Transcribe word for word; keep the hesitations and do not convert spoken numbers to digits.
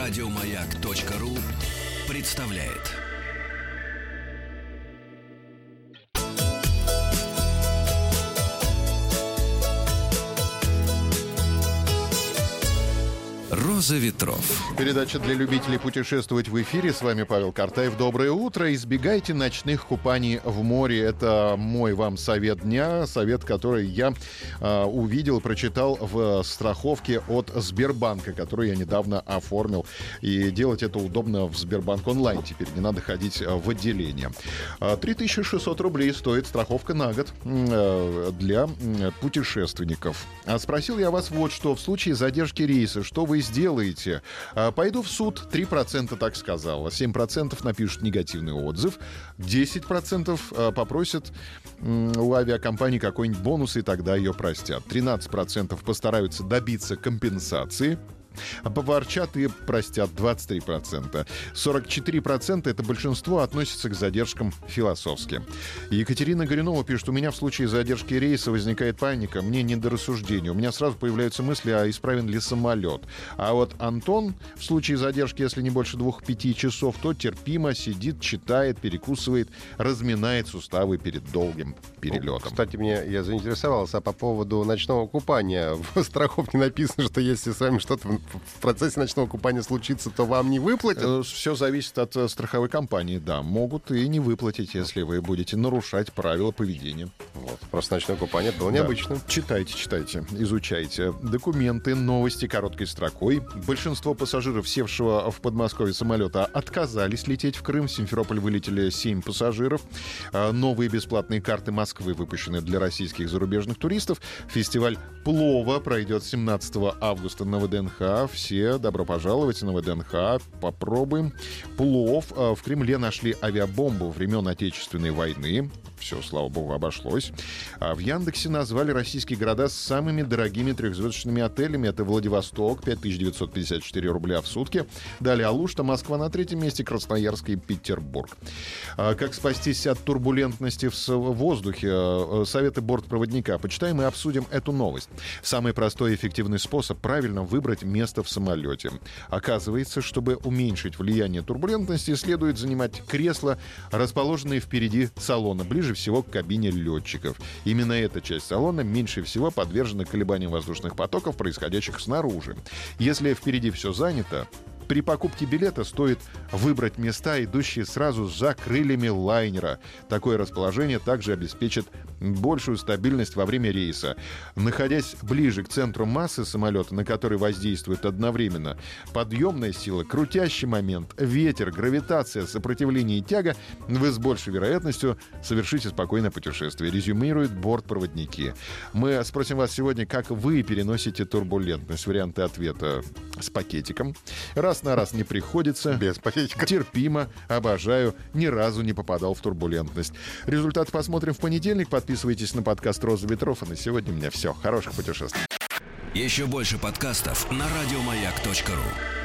Радиомаяк.ру представляет. «Роза ветров». Передача для любителей путешествовать в эфире. С вами Павел Картаев. Доброе утро. Избегайте ночных купаний в море. Это мой вам совет дня. Совет, который я э, увидел, прочитал в страховке от Сбербанка, которую я недавно оформил. И делать это удобно в Сбербанк онлайн. Теперь не надо ходить в отделение. три тысячи шестьсот рублей стоит страховка на год э, для путешественников. А спросил я вас вот что. В случае задержки рейса, что вы сделаете? Пойду в суд. три процента так сказала. семь процентов напишут негативный отзыв. десять процентов попросят у авиакомпании какой-нибудь бонус, и тогда ее простят. тринадцать процентов постараются добиться компенсации, а поворчат и простят двадцать три процента. сорок четыре процента, это большинство, относится к задержкам философски. Екатерина Горюнова пишет: у меня в случае задержки рейса возникает паника, мне не до рассуждения. У меня сразу появляются мысли, а исправен ли самолет. А вот Антон в случае задержки, если не больше двух-пяти часов, то терпимо сидит, читает, перекусывает, разминает суставы перед долгим перелетом. Кстати, мне я заинтересовался по поводу ночного купания. В страховке написано, что если с вами что-то в процессе ночного купания случится, то вам не выплатят? Все зависит от страховой компании, да. Могут и не выплатить, если вы будете нарушать правила поведения. Вот. Просто ночное купание было необычно. Да. Читайте, читайте, изучайте. Документы, новости короткой строкой. Большинство пассажиров, севшего в Подмосковье самолета, отказались лететь в Крым. В Симферополь вылетели семь пассажиров. Новые бесплатные карты Москвы выпущены для российских и зарубежных туристов. Фестиваль плова пройдет семнадцатого августа на ВДНХ. Все добро пожаловать на ВДНХ. Попробуем плов. В Кремле нашли авиабомбу времен Отечественной войны. Все, слава богу, обошлось. А в Яндексе назвали российские города с самыми дорогими трехзвездочными отелями. Это Владивосток, пять тысяч девятьсот пятьдесят четыре рубля в сутки. Далее Алушта, Москва на третьем месте, Красноярск и Петербург. А как спастись от турбулентности в воздухе? Советы бортпроводника. Почитаем и обсудим эту новость. Самый простой и эффективный способ правильно выбрать место в самолете. Оказывается, чтобы уменьшить влияние турбулентности, следует занимать кресла, расположенные впереди салона, ближе всего к кабине летчиков. Именно эта часть салона меньше всего подвержена колебаниям воздушных потоков, происходящих снаружи. Если впереди все занято, при покупке билета стоит выбрать места, идущие сразу за крыльями лайнера. Такое расположение также обеспечит большую стабильность во время рейса. Находясь ближе к центру массы самолета, на который воздействует одновременно подъемная сила, крутящий момент, ветер, гравитация, сопротивление и тяга, вы с большей вероятностью совершите спокойное путешествие, резюмируют бортпроводники. Мы спросим вас сегодня, как вы переносите турбулентность. Варианты ответа: с пакетиком, раз на раз не приходится, без пакетика, терпимо, обожаю, ни разу не попадал в турбулентность. Результаты посмотрим в понедельник. Подписывайтесь на подкаст «Роза ветров». А на сегодня у меня все. Хороших путешествий. Еще больше подкастов на радиомаяк точка ру.